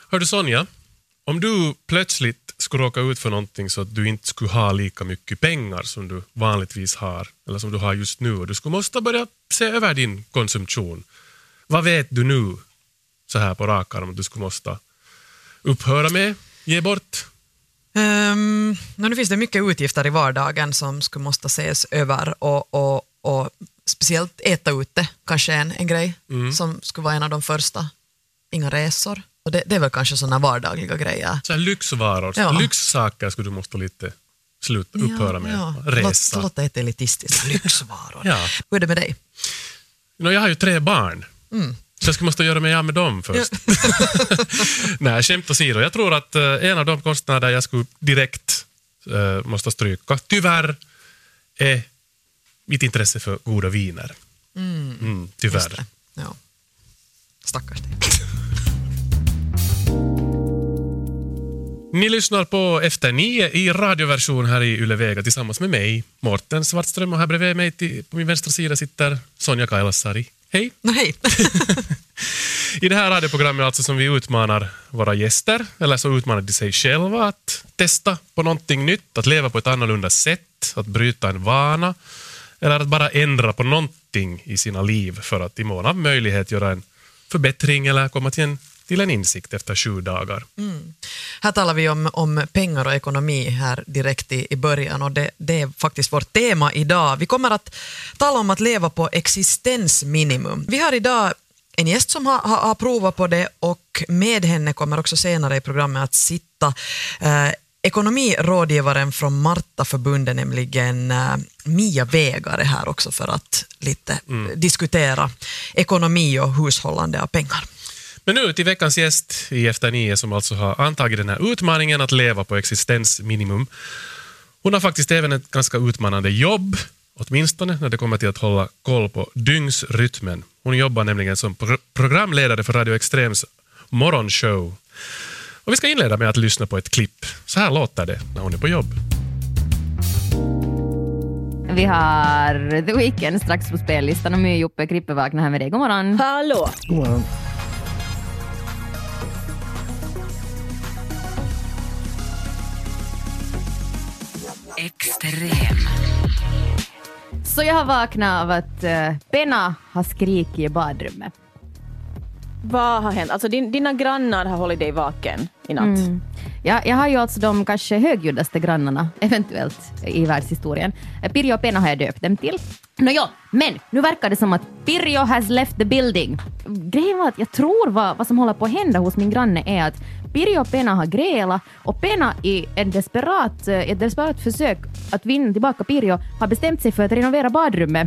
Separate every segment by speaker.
Speaker 1: Hör du Sonja, om du plötsligt skulle råka ut för någonting så att du inte skulle ha lika mycket pengar som du vanligtvis har, eller som du har just nu, och du skulle måste börja se över din konsumtion. Vad vet du nu så här på rak arm om du skulle måste upphöra med, ge bort?
Speaker 2: Nu finns det mycket utgifter i vardagen som skulle måste ses över och speciellt äta ute kanske en grej som skulle vara en av de första. Inga resor. Och det är väl kanske sådana vardagliga grejer.
Speaker 1: Så här lyxvaror, lyxsaker skulle du måste lite upphöra med.
Speaker 2: Ja.
Speaker 1: Resa.
Speaker 2: Låt det elitistiskt. Lyxvaror.
Speaker 1: Ja.
Speaker 2: Hur är det med dig?
Speaker 1: Jag har ju 3 barn. Så jag skulle måste göra mig av med dem först. Nej, skämt åsido. Jag tror att en av de kostnader jag skulle direkt måste stryka, tyvärr, är mitt intresse för goda viner. Tyvärr.
Speaker 2: Ja. Stackars dig.
Speaker 1: Ni lyssnar på Efter 9 i radioversion här i Yle Vega tillsammans med mig, Morten Svartström, och här bredvid mig på min vänstra sida sitter Sonja Kailasari. Hej!
Speaker 2: Nej.
Speaker 1: I det här radioprogrammet alltså som vi utmanar våra gäster, eller så utmanar de sig själva att testa på någonting nytt, att leva på ett annorlunda sätt, att bryta en vana, eller att bara ändra på någonting i sina liv för att i mån av möjlighet göra en förbättring eller komma till en insikt efter 7 dagar.
Speaker 2: Här talar vi om pengar och ekonomi här direkt i början, och det är faktiskt vårt tema idag. Vi kommer att tala om att leva på existensminimum. Vi har idag en gäst som har provat på det, och med henne kommer också senare i programmet att sitta ekonomirådgivaren från Marta-förbundet, nämligen Mia Vegare, här också för att lite diskutera ekonomi och hushållande av pengar.
Speaker 1: Men nu till veckans gäst i Efter 9 som alltså har antagit den här utmaningen att leva på existensminimum. Hon har faktiskt även ett ganska utmanande jobb, åtminstone när det kommer till att hålla koll på dygnsrytmen. Hon jobbar nämligen som programledare för Radio Extrems morgonshow. Och vi ska inleda med att lyssna på ett klipp. Så här låter det när hon är på jobb.
Speaker 3: Vi har The Weeknd strax på spellistan och My Joppe Krippe vaknar här med dig. God morgon.
Speaker 4: Hallå!
Speaker 5: God morgon.
Speaker 4: Extrem.
Speaker 3: Så jag har vaknat av att Penna har skrikit i badrummet.
Speaker 4: Vad har hänt? Alltså dina grannar har hållit dig vaken i natt.
Speaker 3: Ja, jag har ju alltså de kanske högljudaste grannarna eventuellt i världshistorien. Pirjo och Penna har jag döpt dem till. Men nu verkar det som att Pirjo has left the building. Grejen var att jag tror vad som håller på att hända hos min granne är att Pirjo och Penna har grälat, och Penna i ett desperat försök att vinna tillbaka Pirjo har bestämt sig för att renovera badrummet.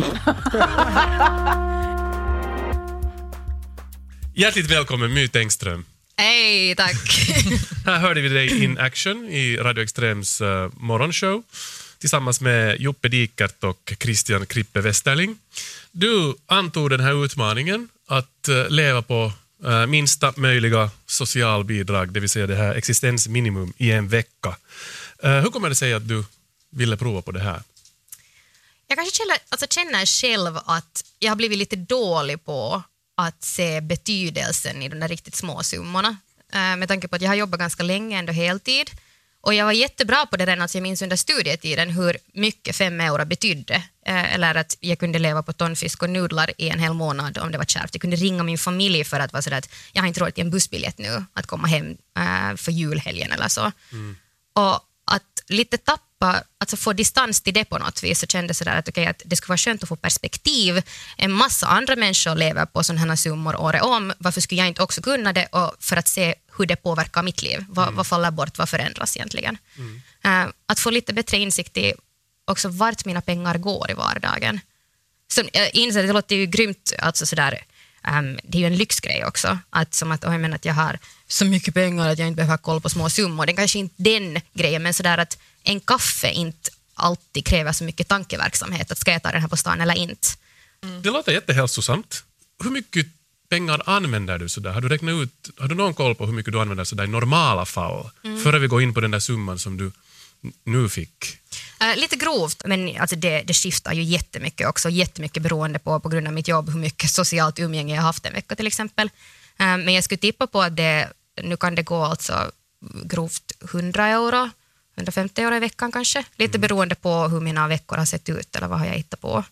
Speaker 1: Hjärtligt välkommen My Tengström.
Speaker 6: Hej, tack.
Speaker 1: Här hörde vi dig in action i Radio Extrems morgonshow tillsammans med Joppe Dikert och Christian Krippe Westerling. Du antog den här utmaningen att leva på minsta möjliga socialbidrag, det vill säga det här existensminimum i en vecka. Hur kommer det sig att du ville prova på det här?
Speaker 6: Jag kanske känner själv att jag har blivit lite dålig på att se betydelsen i de där riktigt små summorna. Med tanke på att jag har jobbat ganska länge ändå heltid. Och jag var jättebra på det redan, alltså jag minns under studietiden hur mycket 5 euro betydde. Eller att jag kunde leva på tonfisk och nudlar i en hel månad om det var kärvt. Jag kunde ringa min familj för att vara sådär att jag har inte råd till en bussbiljett nu att komma hem för julhelgen eller så. Och att lite tappa, alltså få distans till det på något vis, så kände sådär att okej, att det skulle vara skönt att få perspektiv. En massa andra människor lever på sådana här summor året om. Varför skulle jag inte också kunna det, och för att se hur det påverkar mitt liv. Vad faller bort, vad förändras egentligen? Att få lite bättre insikt i också vart mina pengar går i vardagen. Så jag inser att det låter ju grymt, alltså sådär, det är ju en lyxgrej också. Att jag har så mycket pengar att jag inte behöver ha koll på små summor. Det är kanske inte den grejen, men sådär att en kaffe inte alltid kräver så mycket tankeverksamhet. Att ska jag ta den här på stan eller inte?
Speaker 1: Det låter jättehälsosamt. Hur mycket pengar använder du sådär? Har du någon koll på hur mycket du använder sådär i normala fall? Före vi går in på den där summan som du nu fick.
Speaker 6: Lite grovt, men alltså det skiftar ju jättemycket också. Jättemycket beroende på grund av mitt jobb hur mycket socialt umgänge jag har haft en vecka till exempel. Men jag skulle tippa på att det Nu kan det gå alltså grovt 100 euro, 150 euro i veckan kanske. Lite beroende på hur mina veckor har sett ut eller vad har jag hittat på.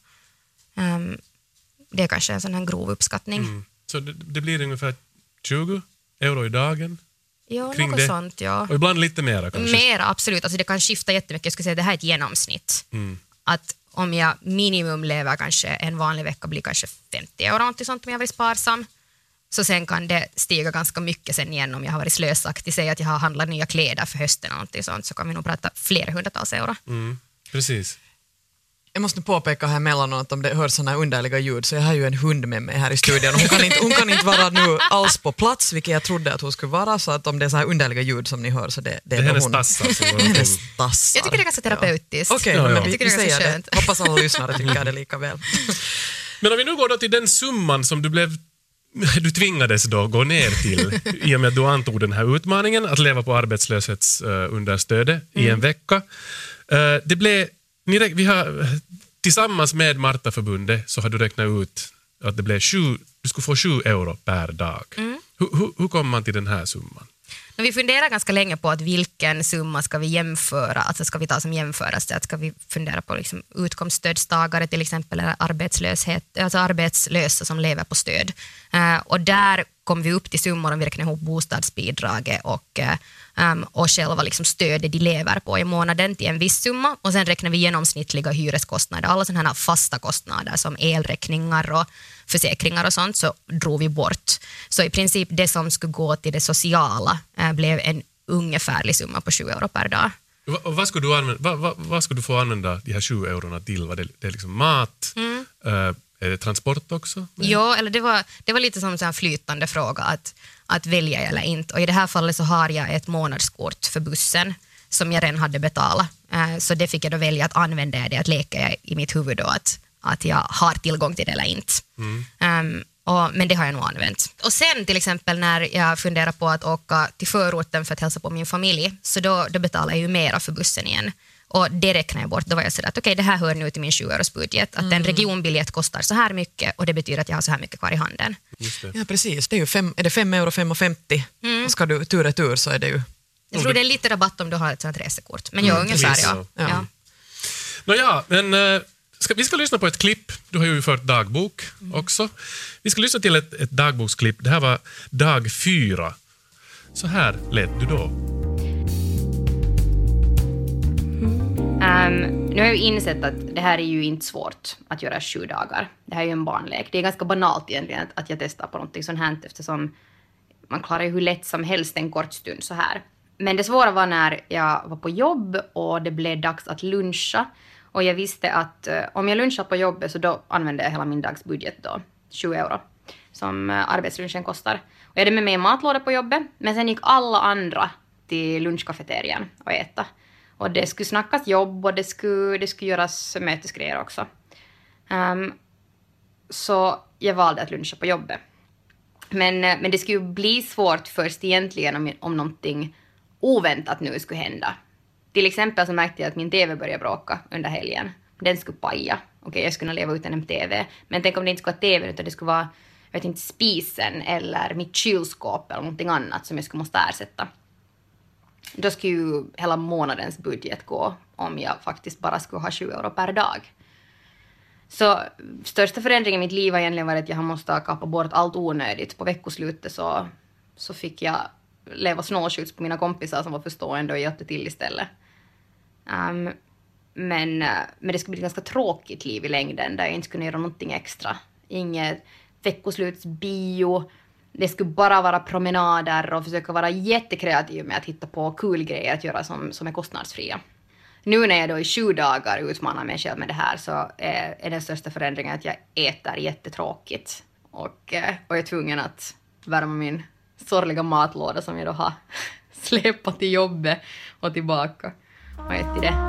Speaker 6: Det är kanske en sån här grov uppskattning.
Speaker 1: Så det blir ungefär 20 euro i dagen?
Speaker 6: Ja,
Speaker 1: kring
Speaker 6: något
Speaker 1: det.
Speaker 6: sånt, ja.
Speaker 1: Och ibland lite mera kanske?
Speaker 6: Mera, absolut. Alltså det kan skifta jättemycket. Jag skulle säga att det här är ett genomsnitt. Att om jag minimum lever kanske en vanlig vecka blir kanske 50 euro, något sånt om jag vill sparsam. Så sen kan det stiga ganska mycket sen igen om jag har varit slösaktig. Säg att jag har handlat nya kläder för hösten eller något sånt, så kan vi nog prata flera hundratals euro.
Speaker 1: Precis.
Speaker 2: Jag måste påpeka här emellanåt om det hörs sådana underliga ljud, så jag har ju en hund med mig här i studion. Hon kan inte vara nu alls på plats, vilket jag trodde att hon skulle vara, så att om det är så här underliga ljud som ni hör, så det är
Speaker 1: hennes
Speaker 2: hon.
Speaker 1: tassar.
Speaker 2: Hennes tassar.
Speaker 6: Jag tycker det är ganska terapeutiskt.
Speaker 2: Okej,
Speaker 1: Ja,
Speaker 2: men
Speaker 1: ja.
Speaker 2: vi
Speaker 6: Tycker det är
Speaker 2: säger
Speaker 6: ganska
Speaker 2: det.
Speaker 6: skönt.
Speaker 2: Hoppas alla lyssnare tycker det lika väl.
Speaker 1: Men om vi nu går då till den summan som du tvingades då gå ner till i och med att du antog den här utmaningen att leva på arbetslöshetsunderstödet i en vecka. Det blev, vi har, tillsammans med Martaförbundet så har du räknat ut att det blev du skulle få 7 euro per dag. Hur kommer man till den här summan?
Speaker 6: Men vi funderar ganska länge på att vilken summa ska vi jämföra, alltså ska vi ta som jämförelse, att ska vi fundera på liksom utkomststödstagare till exempel, eller arbetslösa som lever på stöd. Och där kom vi upp till summor om vi räknar ihop bostadsbidraget och själva liksom stödet de lever på i månaden till en viss summa, och sen räknar vi genomsnittliga hyreskostnader, alla sådana här fasta kostnader som elräkningar och försäkringar och sånt, så drog vi bort. Så i princip det som skulle gå till det sociala blev en ungefärlig summa på 20 euro per dag.
Speaker 1: Och vad skulle du använda, vad skulle du få använda de här 7 eurona till? Var det är liksom mat? Är det transport också?
Speaker 6: Ja, eller det var lite som en sån här flytande fråga att välja eller inte. Och i det här fallet så har jag ett månadskort för bussen som jag redan hade betalat. Så det fick jag då välja att använda det, att leka i mitt huvud då att jag har tillgång till det eller inte. Men det har jag nog använt. Och sen till exempel när jag funderar på att åka till förorten för att hälsa på min familj, så då betalar jag ju mera för bussen igen. Och det räknar jag bort. Då var jag sådär att okej, det här hör nu till min 20-euros-budget. Att en regionbiljett kostar så här mycket och det betyder att jag har så här mycket kvar i handen.
Speaker 1: Just det.
Speaker 2: Ja, precis. Det är ju 5 euro, 5,50. Och ska du tur och tur så är det ju...
Speaker 6: Jag tror det är lite rabatt om du har ett sånt resekort. Men ungefär,
Speaker 1: precis,
Speaker 6: ja.
Speaker 1: ja. Nåja, men vi ska lyssna på ett klipp. Du har ju fört dagbok också. Vi ska lyssna till ett dagboksklipp. Det här var dag 4. Så här lät du då.
Speaker 3: Nu har jag ju insett att det här är ju inte svårt att göra 7 dagar. Det här är ju en barnlek. Det är ganska banalt egentligen att jag testar på någonting sånt här, eftersom man klarar ju hur lätt som helst en kort stund så här. Men det svåra var när jag var på jobb och det blev dags att luncha. Och jag visste att om jag lunchar på jobbet så då använder jag hela min dagsbudget då, 20 euro, som arbetslunchen kostar. Och jag hade med mig matlåda på jobbet, men sen gick alla andra till lunchkafeterian och äta. Och det skulle snackas jobb och det skulle göras mötesgrejer också. Så jag valde att luncha på jobbet. Men det skulle bli svårt först egentligen om någonting oväntat nu skulle hända. Till exempel så märkte jag att min tv började bråka under helgen. Den skulle paja. Okej, jag skulle leva utan en tv. Men tänk om det inte skulle vara tv utan det skulle vara, jag vet inte, spisen eller mitt kylskåp eller någonting annat som jag skulle måste ersätta. Då skulle ju hela månadens budget gå om jag faktiskt bara skulle ha 20 euro per dag. Så största förändringen i mitt liv har egentligen varit att jag måste kapa bort allt onödigt. På veckoslutet så fick jag leva snålskjuts på mina kompisar som var förstående och hjälpte till istället. Men det skulle bli ett ganska tråkigt liv i längden där jag inte skulle göra någonting extra. Inget veckoslutsbio. Det skulle bara vara promenader och försöka vara jättekreativ med att hitta på kul grejer att göra som är kostnadsfria. Nu när jag då i 7 dagar utmanar mig själv med det här så är den största förändringen att jag äter jättetråkigt. Och är tvungen att värma min sorgliga matlåda som jag då har släpat till jobbet och tillbaka och ätit det.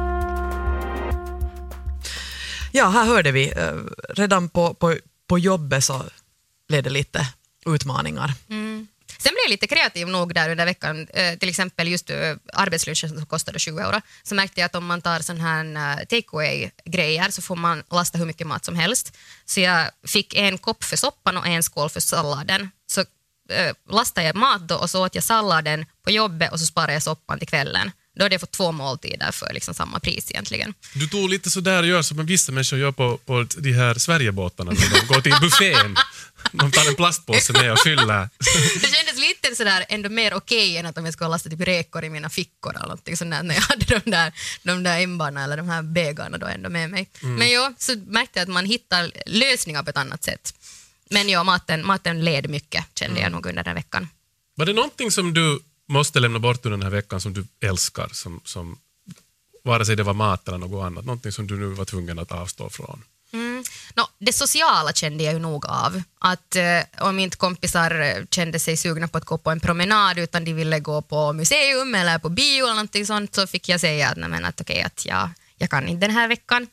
Speaker 2: Ja, här hörde vi. Redan på jobbet så blev det lite utmaningar.
Speaker 6: Sen blev jag lite kreativ nog där under veckan. Till exempel just arbetslunchen som kostade 20 euro. Så märkte jag att om man tar sån här takeaway-grejer så får man lasta hur mycket mat som helst. Så jag fick en kopp för soppan och en skål för salladen. Så lastade jag mat då och så åt jag salladen på jobbet och så sparade jag soppan till kvällen. Då hade jag fått 2 måltider för liksom samma pris egentligen.
Speaker 1: Du tog lite sådär och gör som vissa människor gör på de här Sverigebåtarna när de går till buffén. De tar en plastpåse med och fyller.
Speaker 6: Det kändes lite sådär ändå mer okej än att om jag skulle lasta typ räkor i mina fickor eller någonting sånt där, när jag hade de där embarna eller de här bägarna då ändå med mig. Men ja, så märkte jag att man hittar lösningar på ett annat sätt. Men ja, maten led mycket, kände jag nog under den veckan.
Speaker 1: Var det någonting som du måste lämna bort under den här veckan som du älskar? Som vare sig det var mat eller något annat. Någonting som du nu var tvungen att avstå från.
Speaker 6: Det sociala kände jag ju nog av. Att om inte kompisar kände sig sugna på att gå på en promenad utan de ville gå på museum eller på bio eller någonting sånt, så fick jag säga att okej, att jag kan inte den här veckan.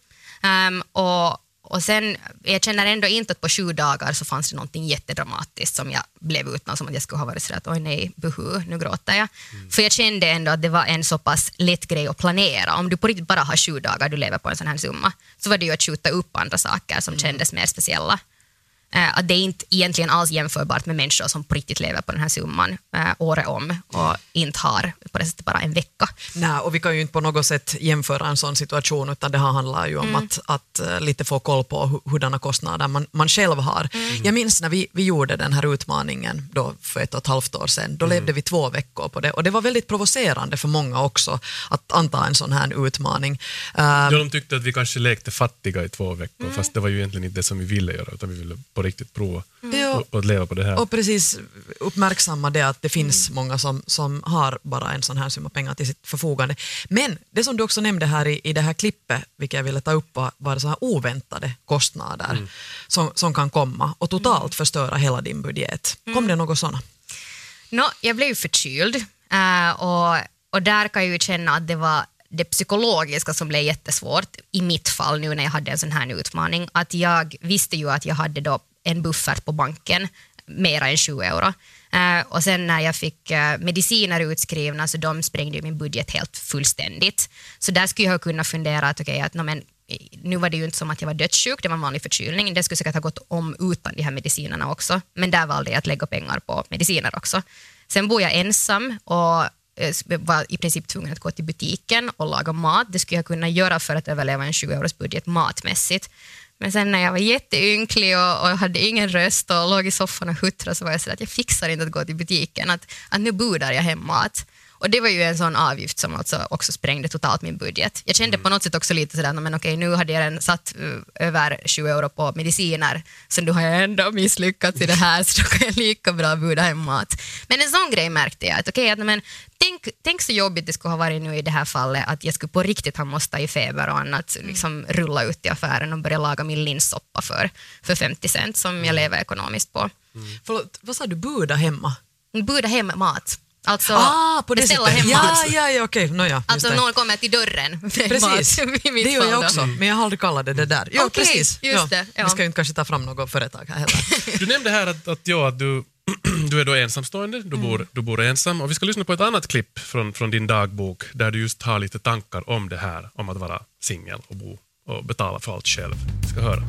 Speaker 6: Och sen, jag känner ändå inte att på 7 dagar så fanns det någonting jättedramatiskt som jag blev utan, som att jag skulle ha varit så att oj nej, buhu, nu gråter jag. För jag kände ändå att det var en så pass lätt grej att planera. Om du på riktigt bara har 7 dagar du lever på en sån här summa, så var det ju att skjuta upp andra saker som kändes mer speciella. Att det är inte egentligen alls jämförbart med människor som på riktigt lever på den här summan året om och inte har på det sättet bara en vecka.
Speaker 2: Nej, och vi kan ju inte på något sätt jämföra en sån situation, utan det här handlar ju om att lite få koll på hurdana kostnader man själv har. Jag minns när vi gjorde den här utmaningen då för 1,5 år sedan, då levde vi 2 veckor på det, och det var väldigt provocerande för många också att anta en sån här utmaning.
Speaker 1: De tyckte att vi kanske lekte fattiga i 2 veckor, fast det var ju egentligen inte det som vi ville göra, utan vi ville på riktigt prova och att leva på det här.
Speaker 2: Och precis uppmärksamma det att det finns många som har bara en sån här summa pengar till sitt förfogande. Men det som du också nämnde här i det här klippet, vilket jag ville ta upp, var så här oväntade kostnader som kan komma och totalt förstöra hela din budget. Kom det något sådana?
Speaker 6: Jag blev ju förkyld och där kan jag ju känna att det var det psykologiska som blev jättesvårt i mitt fall nu när jag hade en sån här utmaning. Att jag visste ju att jag hade då en buffert på banken, mera än 7 euro. Och sen när jag fick mediciner utskrivna, så de sprängde ju min budget helt fullständigt. Så där skulle jag kunna fundera att nu var det ju inte som att jag var dödssjuk, det var en vanlig förkylning. Det skulle säkert ha gått om utan de här medicinerna också. Men där valde jag att lägga pengar på mediciner också. Sen bor jag ensam och var i princip tvungen att gå till butiken och laga mat. Det skulle jag kunna göra för att överleva en 20 euros budget matmässigt. Men sen när jag var jätteynklig och hade ingen röst och låg i soffan och huttrade, så var jag så att jag fixar inte att gå till butiken. Att nu budar jag hem mat. Och det var ju en sån avgift som alltså också sprängde totalt min budget. Jag kände på något sätt också lite sådär, men okej, nu hade jag redan satt över 20 euro på mediciner, så nu har jag ändå misslyckats i det här, så då kan jag lika bra buda hem mat. Men en sån grej märkte jag, att tänk så jobbigt det skulle ha varit nu i det här fallet, att jag skulle på riktigt ha måste i feber och annat liksom rulla ut i affären och börja laga min linssoppa för 50 cent som jag lever ekonomiskt på.
Speaker 2: Förlåt, vad sa du, buda hemma?
Speaker 6: Buda hem mat. Alltså
Speaker 2: på det
Speaker 6: beställa
Speaker 2: sättet.
Speaker 6: hem mat.
Speaker 2: Ja, okej.
Speaker 6: Alltså någon kommer till dörren med
Speaker 2: precis.
Speaker 6: mat.
Speaker 2: Det gör jag också, men jag har aldrig kallat det där. Ja,
Speaker 6: okej,
Speaker 2: precis.
Speaker 6: Just det. Ja.
Speaker 2: Vi ska ju inte kanske ta fram något företag här heller.
Speaker 1: Du nämnde här att du är då ensamstående, du bor ensam, och vi ska lyssna på ett annat klipp från din dagbok där du just har lite tankar om det här, om att vara singel och bo och betala för allt själv. Vi ska höra.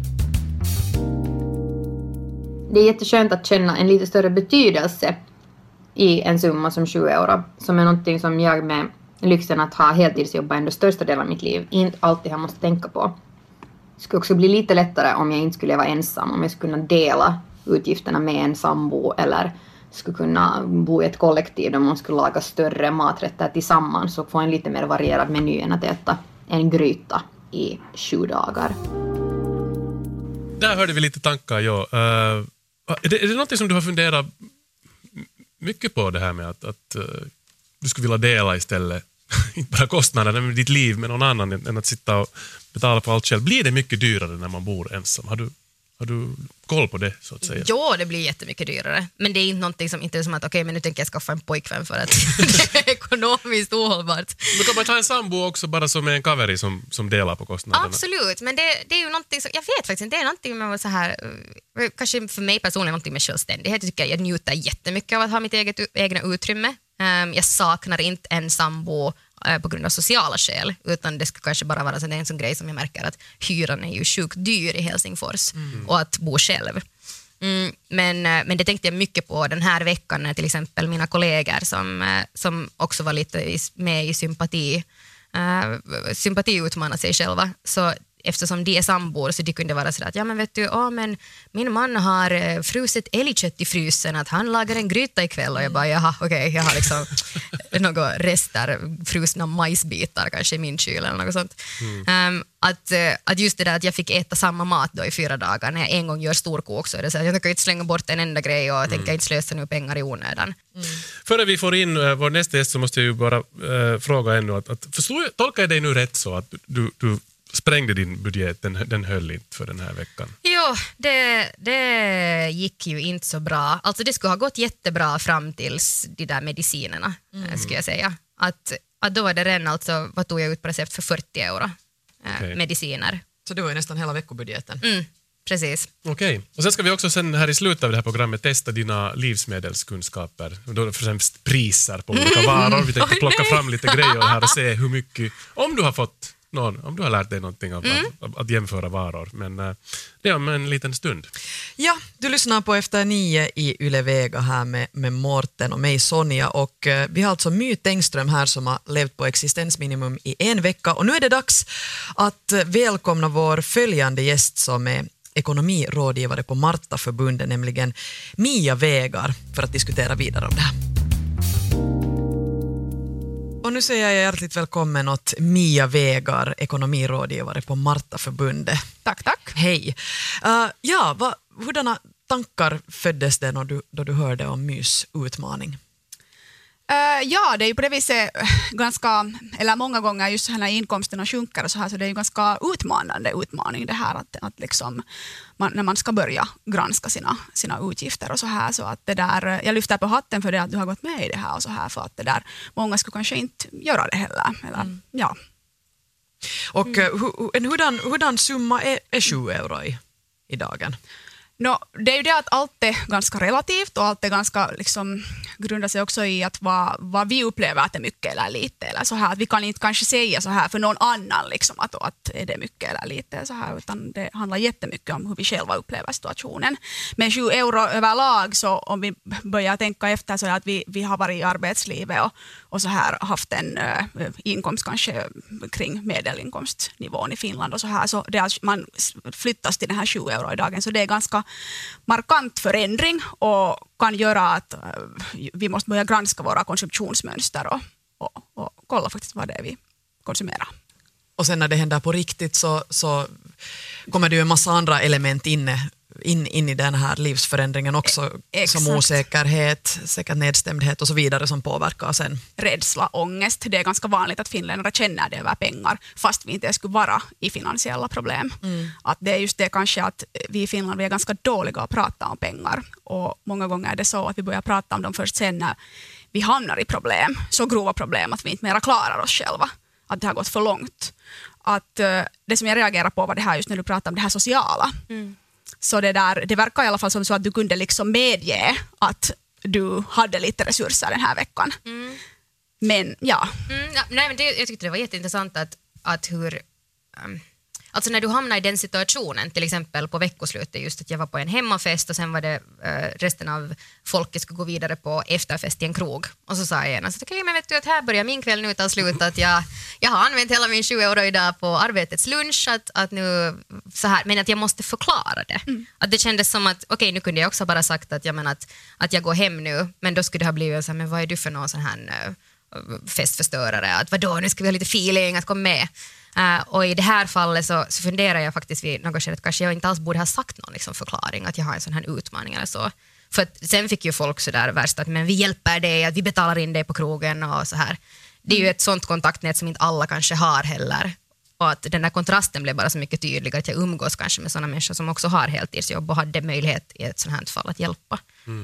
Speaker 3: Det är jätteskönt att känna en lite större betydelse i en summa som 20 euro, som är någonting som jag med lyxen att ha heltidsjobba ändå största delen av mitt liv inte alltid har måste tänka på. Det skulle också bli lite lättare om jag inte skulle vara ensam, om jag skulle kunna dela utgifterna med en sambo eller skulle kunna bo i ett kollektiv där man skulle laga större maträtter tillsammans och få en lite mer varierad meny än att äta en gryta i 7 dagar.
Speaker 1: Där hörde vi lite tankar, ja. Är det någonting som du har funderat mycket på, det här med att du skulle vilja dela istället, inte bara kostnaderna med ditt liv med någon annan än att sitta och betala på allt själv? Blir det mycket dyrare när man bor ensam? Har du koll på det, så att säga?
Speaker 6: Ja, det blir jättemycket dyrare. Men det är inte någonting som inte är som att okej, men nu tänker jag skaffa en pojkvän för att det är ekonomiskt ohållbart.
Speaker 1: Då kan man ta en sambo också, bara som en kaveri som delar på kostnaderna.
Speaker 6: Absolut, men det är ju någonting som, jag vet faktiskt inte, det är någonting med så här, kanske för mig personligen någonting med självständighet. Jag tycker jag njuter jättemycket av att ha mitt egna utrymme. Jag saknar inte en sambo på grund av sociala skäl, utan det skulle kanske bara vara en sån grej som jag märker att hyran är ju sjukt dyr i Helsingfors och att bo själv. Men det tänkte jag mycket på den här veckan när till exempel mina kollegor som också var lite med i sympati utmana sig själva. Så eftersom de är sambor så de kunde vara sådär att ja men vet du, men min man har frusit älgkött i frysen, att han lagar en gryta ikväll, och jag bara jaha okej, jag har liksom några rester, frusna majsbitar kanske i min kyl eller något sånt. Att just det där att jag fick äta samma mat då i 4 dagar, när jag en gång gör storkok så är det så att jag kan inte slänga bort en enda grej och tänker inte slösa nu pengar i onödan.
Speaker 1: Före vi får in vår nästa gäst så måste jag ju bara fråga ännu tolkar jag dig nu rätt så att du sprängde din budget, den höll inte för den här veckan?
Speaker 6: Jo, det gick ju inte så bra. Alltså det skulle ha gått jättebra fram tills de där medicinerna, skulle jag säga. Att då var det redan alltså, vad tog jag ut på recept för 40 euro mediciner.
Speaker 2: Så det var ju nästan hela veckobudgeten.
Speaker 6: Precis.
Speaker 1: Okej. Och sen ska vi också sen här i slutet av det här programmet testa dina livsmedelskunskaper. Och då främst priser på olika varor. Vi tänkte plocka fram lite grejer här och se hur mycket, om du har lärt dig någonting av att jämföra varor. Men det är om en liten stund.
Speaker 2: Ja, du lyssnar på Efter 9 i Yle Vega här med Morten och mig Sonja. Och vi har alltså My Tengström här som har levt på existensminimum i 1 vecka. Och nu är det dags att välkomna vår följande gäst som är ekonomirådgivare på Martaförbundet, nämligen Mia Vegar, för att diskutera vidare om det här. Och nu säger jag hjärtligt välkommen åt Mia Vegar, ekonomirådgivare på Martaförbundet.
Speaker 5: Tack.
Speaker 2: Hej. Hurdana tankar föddes det då du hörde om Mys utmaning?
Speaker 5: Ja, det är ju på det viset ganska, eller många gånger just när inkomsterna sjunker och så här, så det är ju ganska utmaning det här att liksom när man ska börja granska sina utgifter och så här, så att det där, jag lyfter på hatten för det att du har gått med i det här och så här, för att det där, många skulle kanske inte göra det heller, eller, ja.
Speaker 2: Och hurdan summa är 7 euro i dagen?
Speaker 5: Det är ju det att allt är ganska relativt och allt är ganska liksom, grundar sig också i att vad vi upplever att det är mycket eller lite eller så här, att vi kan inte kanske säga så här för någon annan liksom, att är det mycket eller lite så här, utan det handlar jättemycket om hur vi själva upplever situationen. Men 7 euro överlag, så om vi börjar tänka efter så att vi har varit i arbetslivet och så här haft en inkomst kanske kring medelinkomstnivån i Finland och så här, så det är, man flyttas till den här 7 euro i dagen, så det är ganska markant förändring och kan göra att vi måste börja granska våra konsumtionsmönster och kolla faktiskt vad det är vi konsumerar.
Speaker 2: Och sen när det händer på riktigt så kommer det ju en massa andra element in i den här livsförändringen också, som osäkerhet, säkert nedstämdhet och så vidare som påverkar sen.
Speaker 5: Rädsla, ångest, det är ganska vanligt att finländare känner det över pengar fast vi inte skulle vara i finansiella problem. Att det är just det kanske att vi i Finland vi är ganska dåliga att prata om pengar, och många gånger är det så att vi börjar prata om dem först sen när vi hamnar i problem, så grova problem att vi inte mera klarar oss själva, att det har gått för långt. Att det som jag reagerar på var det här just när du pratar om det här sociala. Så det verkar i alla fall som så att du kunde liksom medge att du hade lite resurser den här veckan. Men ja.
Speaker 6: Men jag tyckte det var jätteintressant att hur... Alltså när du hamnar i den situationen, till exempel på veckoslutet, just att jag var på en hemmafest och sen var det resten av folket skulle gå vidare på efterfest i en krog. Och så sa jag gärna, okej, men vet du att här börjar min kväll nu ta slut, att jag har använt hela min 7 euro idag på arbetets lunch, att nu så här, men att jag måste förklara det. Att det kändes som att, okej, nu kunde jag också bara sagt att att jag går hem nu, men då skulle det ha blivit så här, men vad är du för någon sån här festförstörare? Att vadå, nu ska vi ha lite feeling att komma med. Och i det här fallet så funderar jag faktiskt vid något skede att kanske jag inte alls borde ha sagt någon liksom förklaring att jag har en sån här utmaning eller så. För att sen fick ju folk så där värst att men vi hjälper dig, att vi betalar in dig på krogen och så här. Det är ju ett sånt kontaktnät som inte alla kanske har heller. Och att den där kontrasten blev bara så mycket tydligare, att jag umgås kanske med sådana människor som också har heltidsjobb och hade möjlighet i ett sånt här fall att hjälpa.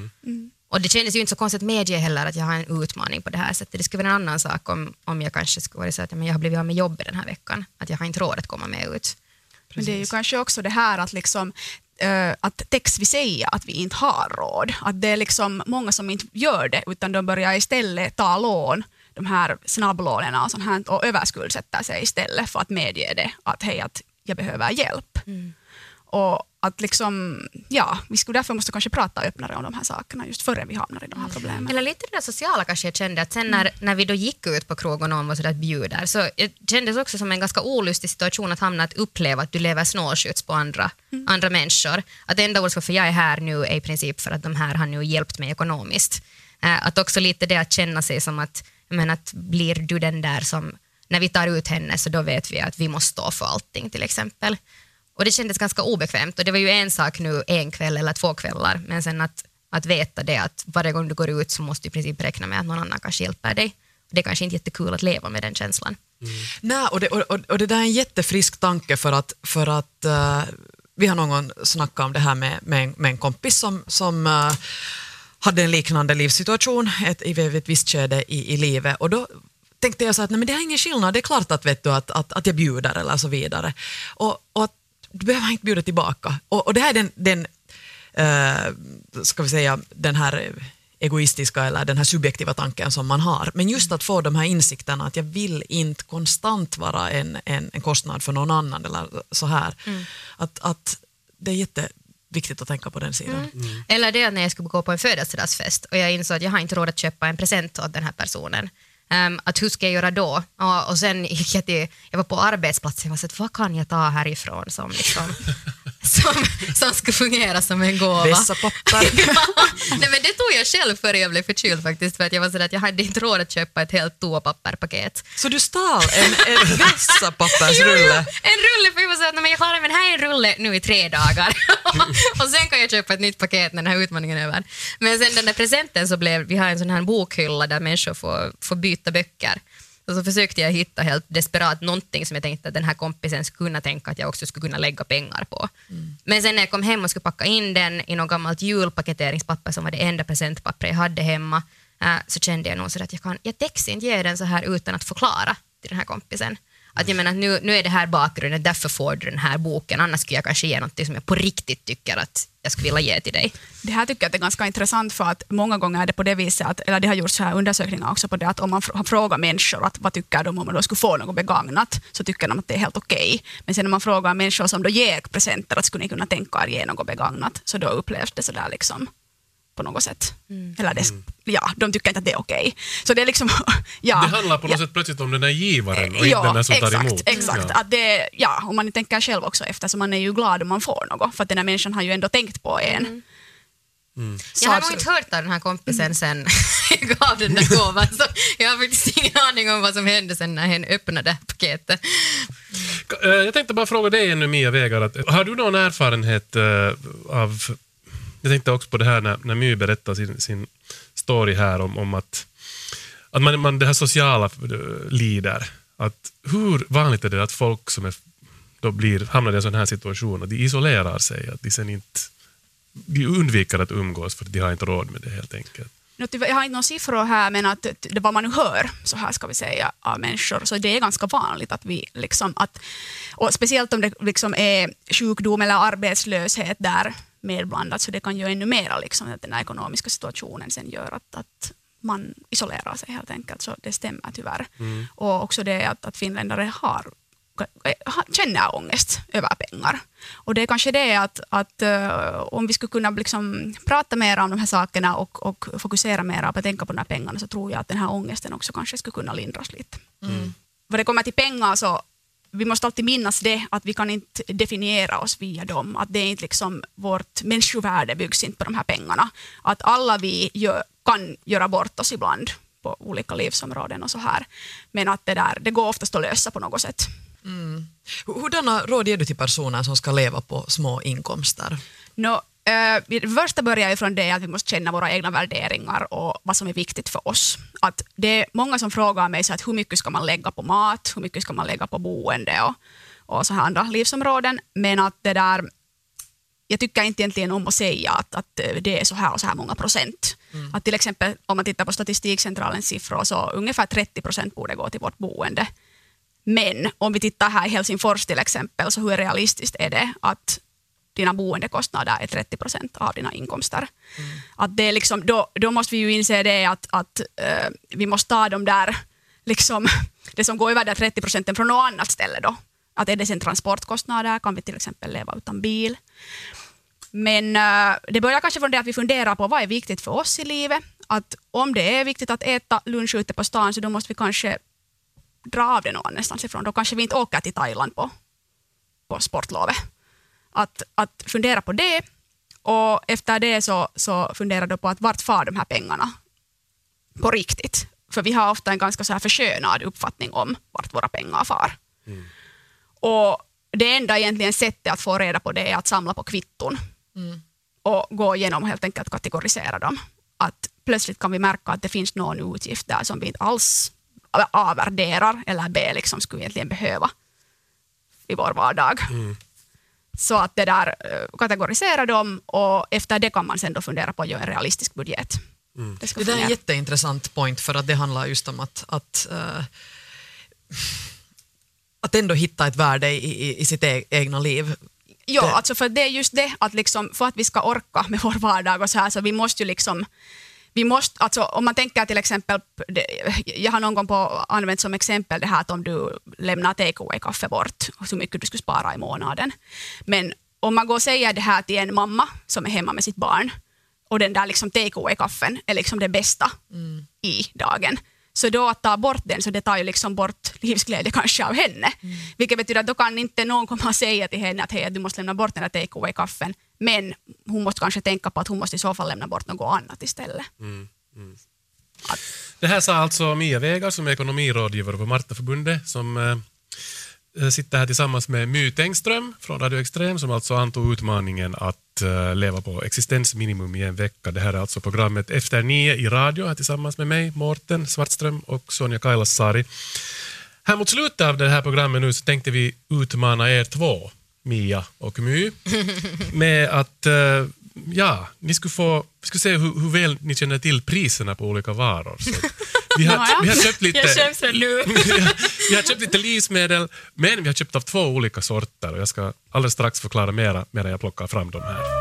Speaker 6: Och det kändes ju inte så konstigt medge heller att jag har en utmaning på det här sättet. Det skulle vara en annan sak om jag kanske skulle vara så att jag har blivit av med jobbet den här veckan. Att jag har inte råd att komma med ut.
Speaker 5: Men det är ju kanske också det här att liksom att text vi säger att vi inte har råd. Att det är liksom många som inte gör det, utan de börjar istället ta lån, de här snabblånen och sånt här, och överskuldsätta sig istället för att medge det, att hej, att jag behöver hjälp. Och att liksom, vi skulle därför måste kanske prata öppnare om de här sakerna just före vi hamnar i de här problemen.
Speaker 6: Eller lite det där sociala kanske jag kände att sen när vi då gick ut på krog och någon var sådär bjuder, så det kändes också som en ganska olustig situation att hamna att uppleva att du lever snålskjuts på andra människor. Att det enda orsak för jag är här nu är i princip för att de här har nu hjälpt mig ekonomiskt. Att också lite det att känna sig som att, att blir du den där som, när vi tar ut henne så då vet vi att vi måste stå för allting till exempel. Och det kändes ganska obekvämt och det var ju en sak nu en kväll eller 2 kvällar, men sen att veta det att varje gång du går ut så måste du i princip räkna med att någon annan kanske hjälper dig. Det är kanske inte jättekul att leva med den känslan.
Speaker 2: Nej, och det där är en jättefrisk tanke för att vi har någon gång snackat om det här med en kompis som hade en liknande livssituation i ett visst skede i livet, och då tänkte jag så att nej, men det är ingen skillnad, det är klart att vet du att jag bjuder eller så vidare, och att du behöver inte bjuda tillbaka, och det här är den ska vi säga den här egoistiska eller den här subjektiva tanken som man har, men just att få de här insikterna att jag vill inte konstant vara en kostnad för någon annan eller så här, att det är jätteviktigt att tänka på den sidan.
Speaker 6: Eller det när jag skulle gå på en födelsedagsfest och jag insåg att jag har inte råd att köpa en present åt den här personen. Att hur ska jag göra då? Och sen gick jag var på arbetsplatsen och sa att vad kan jag ta härifrån som skulle fungera som en gåva.
Speaker 2: Vässapapper.
Speaker 6: Nej, men det tog jag själv för jag blev förkyld faktiskt, för att jag var sådär att jag hade inte råd att köpa ett helt toapapperpaket.
Speaker 2: Så du stal en vässapappersrulle?
Speaker 6: En rulle, för jag var sådär att jag klarar mig, här är en rulle nu i 3 dagar. Och sen kan jag köpa ett nytt paket när den här utmaningen är över. Men sen den där presenten så vi har en sån här bokhylla där människor får byta böcker. Och så försökte jag hitta helt desperat någonting som jag tänkte att den här kompisen skulle kunna tänka att jag också skulle kunna lägga pengar på. Men sen när jag kom hem och skulle packa in den i något gammalt julpaketeringspapper som var det enda presentpapper jag hade hemma, så kände jag nog så att jag täcks inte ge den så här utan att förklara till den här kompisen. Att jag menar, nu är det här bakgrunden, därför får du den här boken, annars skulle jag kanske ge något som jag på riktigt tycker att jag skulle vilja ge till dig.
Speaker 5: Det här tycker jag är ganska intressant, för att många gånger är det på det viset att, eller det har gjorts så här undersökningar också på det, att om man frågar människor att vad tycker de om man då skulle få något begagnat, så tycker de att det är helt okej. Men sen när man frågar människor som då ger presenter att skulle ni kunna tänka er ge något begagnat, så då upplevs det sådär liksom på något sätt. Eller de tycker inte att det är okej. Så det är liksom
Speaker 1: det handlar på något sätt plötsligt om den där givaren och inte den där som tar emot.
Speaker 5: Exakt. Att det, om man tänker själv också, eftersom man är ju glad om man får något, för att den här människan har ju ändå tänkt på en.
Speaker 6: Jag har nog inte hört av den här kompisen sen jag gav den där gåvan, så jag har faktiskt ingen aning om vad som hände sen när hen öppnade paketet.
Speaker 1: Jag tänkte bara fråga dig ännu, Mia Vegar, har du någon erfarenhet av, jag tänkte också på det här när My berättar sin story här om att man det här sociala lider, att hur vanligt är det att folk som hamnar i en sån här situation och de isolerar sig, att de sen inte de undviker att umgås för att de har inte råd med det helt enkelt.
Speaker 5: Jag har inte någon siffror här, men att det vad man nu hör, så här ska vi säga, av människor, så det är ganska vanligt att vi liksom och speciellt om det liksom är sjukdom eller arbetslöshet där medblandat, så det kan ju ännu mera liksom att den här ekonomiska situationen sen gör att man isolerar sig helt enkelt, så det stämmer tyvärr. Och också det att finländare känner ångest över pengar. Och det är kanske det att om vi skulle kunna liksom prata mer om de här sakerna och fokusera mer på att tänka på de här pengarna, så tror jag att den här ångesten också kanske skulle kunna lindras lite. Vad det kommer till pengar, så vi måste alltid minnas det, att vi kan inte definiera oss via dem. Att det är inte liksom, vårt människovärde byggs inte på de här pengarna. Att alla vi kan göra bort oss ibland på olika livsområden och så här. Men att det går oftast att lösa på något sätt.
Speaker 2: Hurdana råd ger du till personer som ska leva på små inkomster?
Speaker 5: Det första börjar ifrån det att vi måste känna våra egna värderingar och vad som är viktigt för oss. Att det är många som frågar mig så att hur mycket ska man lägga på mat, hur mycket ska man lägga på boende och så här andra livsområden. Men att jag tycker inte egentligen om att säga att det är så här och så här många procent. Att till exempel om man tittar på Statistikcentralens siffror, så ungefär 30% borde gå till vårt boende. Men om vi tittar här i Helsingfors till exempel, så hur realistiskt är det att dina boendekostnader är 30% av dina inkomster? Att det är liksom, då måste vi ju inse det att vi måste ta dem där, liksom, det som går över där 30% från något annat ställe då. Att är det sen transportkostnader kan vi till exempel leva utan bil. Men det börjar kanske från det att vi funderar på vad är viktigt för oss i livet. Att om det är viktigt att äta lunch ute på stan så då måste vi kanske dra av det någon annanstans ifrån. Då kanske vi inte åker till Thailand på sportlovet. Att fundera på det och efter det så funderar du på att vart far de här pengarna på riktigt. För vi har ofta en ganska så här förskönad uppfattning om vart våra pengar far. Och det enda egentligen sättet att få reda på det är att samla på kvitton och gå igenom och helt enkelt kategorisera dem. Att plötsligt kan vi märka att det finns någon utgift där som vi inte alls avvärderar eller liksom skulle egentligen behöva i vår vardag. Så att det där kategorisera dem och efter det kan man sen då fundera på att göra en realistisk budget.
Speaker 2: Det där är en jätteintressant point för att det handlar just om att ändå hitta ett värde i sitt egna liv.
Speaker 5: Ja, alltså för det är just det att liksom, för att vi ska orka med vår vardag och så här så vi måste ju liksom alltså om man tänker till exempel, jag har någon gång använt som exempel det här att om du lämnar takeaway-kaffe bort så mycket du skulle spara i månaden. Men om man går och säger det här till en mamma som är hemma med sitt barn och den där liksom takeaway-kaffen är liksom det bästa i dagen. Så då att ta bort den så det tar ju liksom bort livsglädje kanske av henne. Vilket betyder att då kan inte någon komma och säga till henne att hej, du måste lämna bort den där takeaway-kaffen. Men hon måste kanske tänka på att hon måste i så fall lämna bort något annat istället.
Speaker 1: Det här sa alltså Mia Vegar som är ekonomirådgivare på Martaförbundet som sitter här tillsammans med My Tengström från Radio Extrem som alltså antog utmaningen att leva på existensminimum i en vecka. Det här är alltså programmet Efter 9 i radio här tillsammans med mig, Mårten Svartström och Sonja Kailasari. Här mot slutet av det här programmet nu så tänkte vi utmana er två, Mia och My, med att vi skulle se hur väl ni känner till priserna på olika varor. Så vi har köpt lite,
Speaker 6: Jag känns det nu.
Speaker 1: vi har köpt lite livsmedel, men vi har köpt av 2 olika sorter och jag ska alldeles strax förklara mera medan jag plockar fram dem här.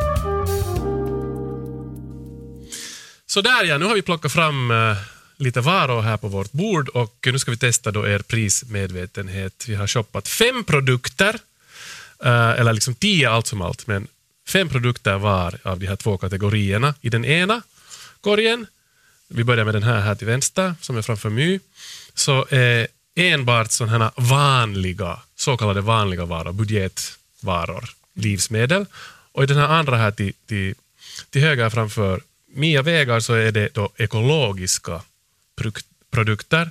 Speaker 1: Så där ja, nu har vi plockat fram lite varor här på vårt bord och nu ska vi testa då er prismedvetenhet. Vi har shoppat 5 produkter, eller liksom 10 allt som allt, men 5 produkter var av de här 2 kategorierna. I den ena korgen, vi börjar med den här till vänster som är framför My, så är enbart sådana här vanliga, så kallade vanliga varor, budgetvaror, livsmedel. Och i den här andra här till höger framför Mia Vegar så är det då ekologiska produkter,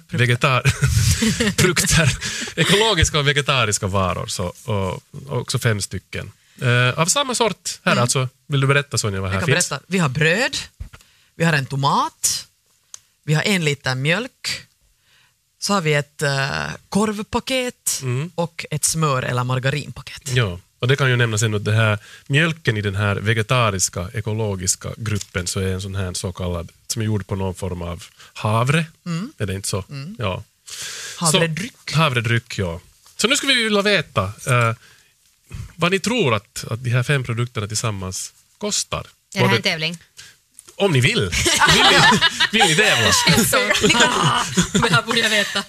Speaker 1: ekologiska och vegetariska varor, så, och också 5 stycken. Av samma sort här alltså. Vill du berätta, Sonja, vad här finns?
Speaker 2: Vi har bröd, vi har en tomat, vi har 1 liter mjölk, så har vi ett korvpaket och ett smör- eller margarinpaket.
Speaker 1: Ja, och det kan ju nämnas ändå att det här mjölken i den här vegetariska, ekologiska gruppen så är en sån här så kallad, som är gjord på någon form av havre. Är det inte så? Ja.
Speaker 2: Havredryck.
Speaker 1: Havredryck, ja. Så nu skulle vi vilja veta vad ni tror att de här 5 produkterna tillsammans kostar.
Speaker 6: Är det här en tävling?
Speaker 1: Om ni vill. Vill ni tävla?
Speaker 6: Det här borde jag veta.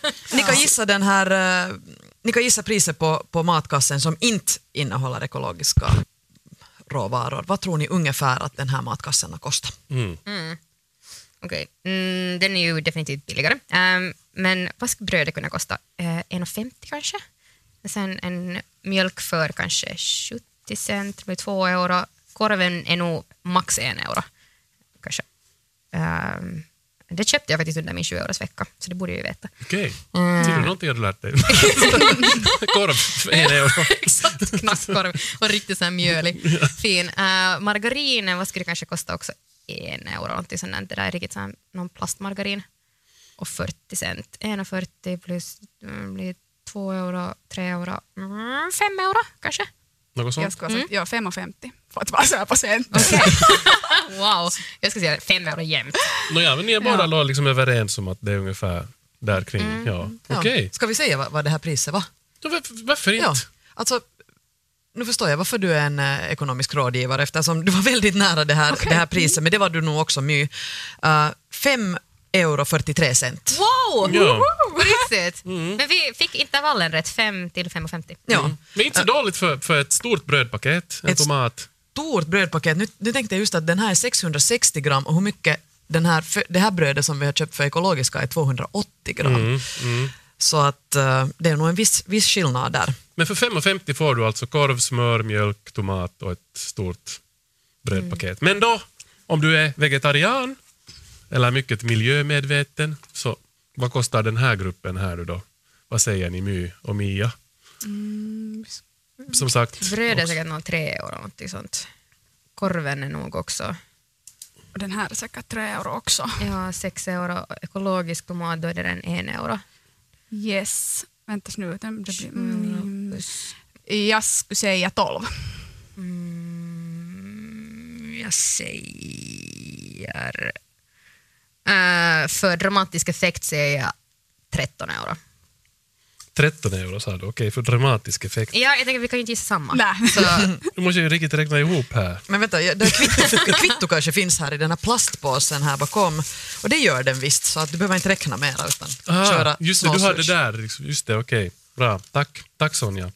Speaker 2: Ni kan gissa priset på matkassen som inte innehåller ekologiska råvaror. Vad tror ni ungefär att den här matkassen har kostat?
Speaker 6: Okej. Den är ju definitivt billigare. Men vad ska brödet kunna kosta? 1,50 kanske? Sen en mjölk för kanske 70 cent med 2 euro. Korven är nog max 1 euro. Kanske. Det köpte jag faktiskt under min 20-årsvecka, så det borde jag ju veta.
Speaker 1: Okej. Ser du någonting har du lärt dig? Korv, 1 euro.
Speaker 6: Exakt, knackkorv och riktigt så här mjölig. Fin. Margarinen, vad skulle det kanske kosta också? 1 euro, någonting sånt. Det där är riktigt så här, någon plastmargarin. Och 40 cent. 1,40 plus blir 2 euro, 3 euro, 5 euro kanske?
Speaker 1: Något sånt?
Speaker 5: Jag skulle ha sagt 5,50 för att vara så här på cent.
Speaker 6: Okay. Wow, jag ska säga 5 euro jämt.
Speaker 1: Nåja, men ni är båda då liksom överens om att det är ungefär där kring. Ja. Okej.
Speaker 2: Ska vi säga vad det här priset var?
Speaker 1: Varför inte?
Speaker 2: Ja, alltså, nu förstår jag varför du är en ekonomisk rådgivare eftersom du var väldigt nära det här priset, men det var du nog också My. 5 euro 43 cent.
Speaker 6: Wow!
Speaker 1: Ja.
Speaker 6: På riktigt. Men vi fick intervallen rätt, 5 till 5,50.
Speaker 2: Ja.
Speaker 1: Men inte så dåligt för ett stort brödpaket, en
Speaker 2: Ett
Speaker 1: tomat.
Speaker 2: Stort brödpaket. Nu tänkte jag just att den här är 660 gram och hur mycket det här brödet som vi har köpt för ekologiska är 280 gram. Så att det är nog en viss skillnad där.
Speaker 1: Men för 5,50 får du alltså korv, smör, mjölk, tomat och ett stort brödpaket. Men då, om du är vegetarian eller mycket miljömedveten, så vad kostar den här gruppen här då? Vad säger ni, My och Mia? Som sagt.
Speaker 6: Bröd är säkert nog 3 euro, någonting sånt. Korven är nog också.
Speaker 5: Och den här är säkert 3 euro också.
Speaker 6: Ja, 6 euro. Ekologisk tomat, då är den 1 euro.
Speaker 5: Yes. Vänta nu. Det blir, jag skulle säga 12.
Speaker 6: Jag säger... för dramatisk effekt säger jag 13 euro.
Speaker 1: 13 euro sa du, okej, för dramatisk effekt.
Speaker 6: Ja, jag tänker vi kan ju inte gissa samma.
Speaker 5: Nej.
Speaker 6: Så,
Speaker 1: Du måste ju riktigt räkna ihop här.
Speaker 2: Men vänta, kvitto kanske finns här i den här plastpåsen här bakom. Och det gör den visst, så att du behöver inte räkna mera utan köra
Speaker 1: just det, du har det
Speaker 2: småswitch.
Speaker 1: där. Liksom. Just det, okej. Bra, tack Sonja.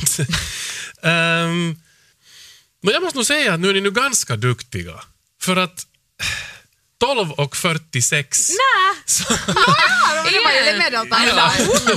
Speaker 1: Men jag måste nog säga att nu är ni nu ganska duktiga. För att 12 och 46...
Speaker 5: Det var ju medeltal.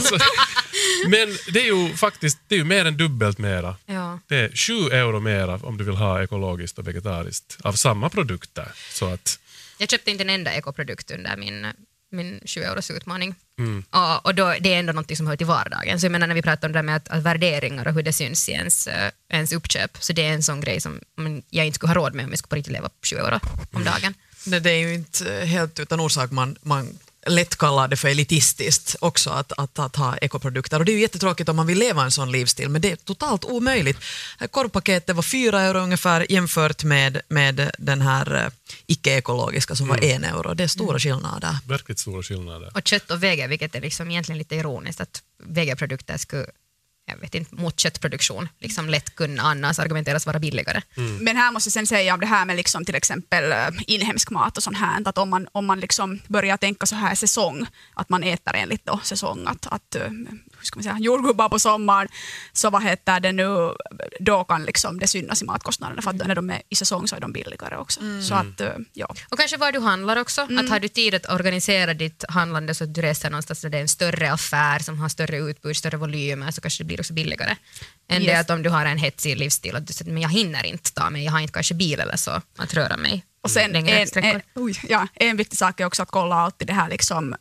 Speaker 1: Men det är ju faktiskt mer än dubbelt mera.
Speaker 6: ja.
Speaker 1: Det är 7 euro mera om du vill ha ekologiskt och vegetariskt av samma produkter. Så att,
Speaker 6: Jag köpte inte en enda ekoprodukt under min 7 euros utmaning. Och då, det är ändå något som hör till vardagen. Så jag menar när vi pratar om det där med att värderingar och hur det syns i ens uppköp, så det är en sån grej som jag inte skulle ha råd med om jag skulle på riktigt leva på 7 euro om dagen.
Speaker 2: Det är ju inte helt utan orsak man lätt kallar det för elitistiskt också att ha ekoprodukter. Och det är ju jättetråkigt om man vill leva en sån livsstil, men det är totalt omöjligt. Korvpaketet var 4 euro ungefär jämfört med den här icke-ekologiska som var 1 euro. Det är stora skillnader.
Speaker 1: verkligt stora skillnader.
Speaker 6: Och kött och vega, vilket är liksom egentligen lite ironiskt att vegaprodukter skulle, jag vet inte, mot köttproduktion liksom lätt kunna annars argumenteras vara billigare.
Speaker 5: Men här måste jag sen säga om det här med liksom till exempel inhemsk mat och sånt här, att om man liksom börjar tänka så här säsong, att man äter enligt då säsong, att hur ska man säga, jordgubbar på sommaren, så vad heter det nu, då kan liksom det synas i matkostnaderna, för att när de är i säsong så är de billigare också. Så att, ja.
Speaker 6: Och kanske var du handlar också, att har du tid att organisera ditt handlande så att du reser någonstans där det är en större affär som har större utbud, större volymer, så kanske det blir också billigare. Än det att om du har en hetsig livsstil att du säger, men jag hinner inte ta mig, jag har inte kanske bil eller så att röra mig.
Speaker 5: Och sen
Speaker 6: längre sträckor.
Speaker 5: en viktig sak är också att kolla alltid det här liksom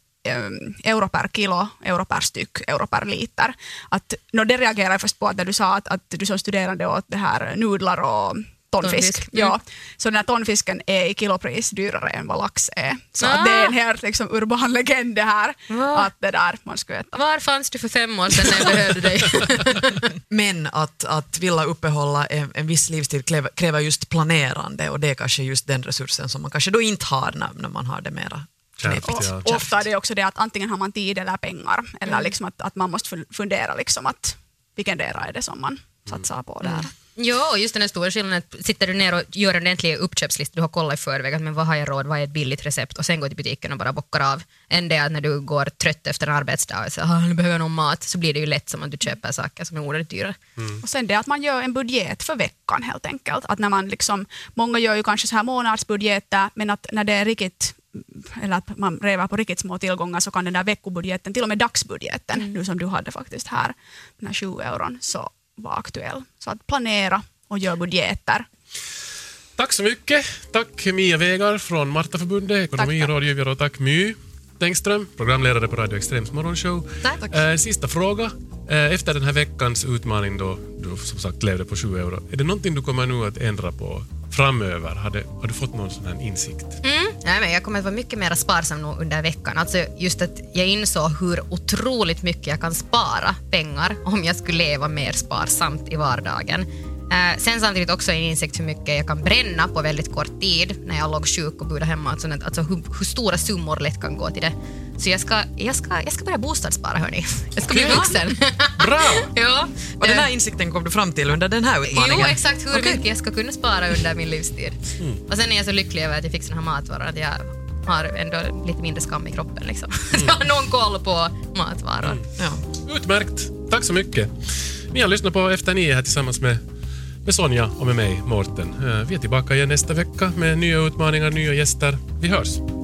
Speaker 5: euro per kilo, euro per styck, euro per liter. Att, det reagerar jag först på att när du sa att du som studerande åt det här nudlar och tonfisk. Ja, så den här tonfisken är i kilopris dyrare än vad lax är. Så att det är en helt liksom urban legend det här. Att det där man ska äta.
Speaker 6: Var fanns du för 5 år sedan när jag behövde dig?
Speaker 2: Men att vilja uppehålla en viss livsstil kräver just planerande, och det är kanske just den resursen som man kanske då inte har när man har det mera.
Speaker 5: Och ofta är det också det att antingen har man tid eller pengar, eller liksom att man måste fundera liksom att vilken del är det som man satsar på där.
Speaker 6: Ja, och just den här stora skillnaden, sitter du ner och gör en ordentlig uppköpslista, du har kollat i förväg, men vad har jag råd, vad är ett billigt recept, och sen går till butiken och bara bockar av. Än det att när du går trött efter en arbetsdag och säger, nu behöver jag någon mat, så blir det ju lätt som att du köper saker som är oerhört dyra.
Speaker 5: Och sen det att man gör en budget för veckan helt enkelt. Att när man liksom, många gör ju kanske så här månadsbudgeter, men att när det är riktigt, eller att man revar på riktigt små tillgångar, så kan den där veckobudgeten, till och med dagsbudgeten, nu som du hade faktiskt här, den här 7 euron, så var aktuell. Så att planera och göra budgeter.
Speaker 1: Tack så mycket. Tack Mia Vegar från Martaförbundet, ekonomirådgivare, och tack My Tengström, programledare på Radio Extrems morgonshow.
Speaker 6: Tack.
Speaker 1: Sista fråga. Efter den här veckans utmaning då du som sagt levde på 7 euro, är det någonting du kommer nu att ändra på framöver? Har du fått någon sån här insikt?
Speaker 6: Nej, men jag kommer att vara mycket mer sparsam nu under veckan. Alltså just att jag insåg hur otroligt mycket jag kan spara pengar om jag skulle leva mer sparsamt i vardagen. Sen samtidigt också en insikt hur mycket jag kan bränna på väldigt kort tid när jag låg sjuk och bodde hemma. Alltså hur stora summor lätt kan gå till det. Så jag ska börja bostadsspara, hörni. Jag ska bli vuxen.
Speaker 1: Bra!
Speaker 6: Ja.
Speaker 2: Och den här insikten kom du fram till under den här utmaningen?
Speaker 6: Jo, exakt hur mycket jag ska kunna spara under min livstid. Och sen är jag så lycklig över att jag fick såna här matvaror att jag har ändå lite mindre skam i kroppen. Liksom. Jag har någon koll på matvaror.
Speaker 2: Ja.
Speaker 1: Utmärkt. Tack så mycket. Ni har lyssnat på Efter 9 här tillsammans med Sonja och med mig, Mårten. Vi är tillbaka igen nästa vecka med nya utmaningar, nya gäster. Vi hörs.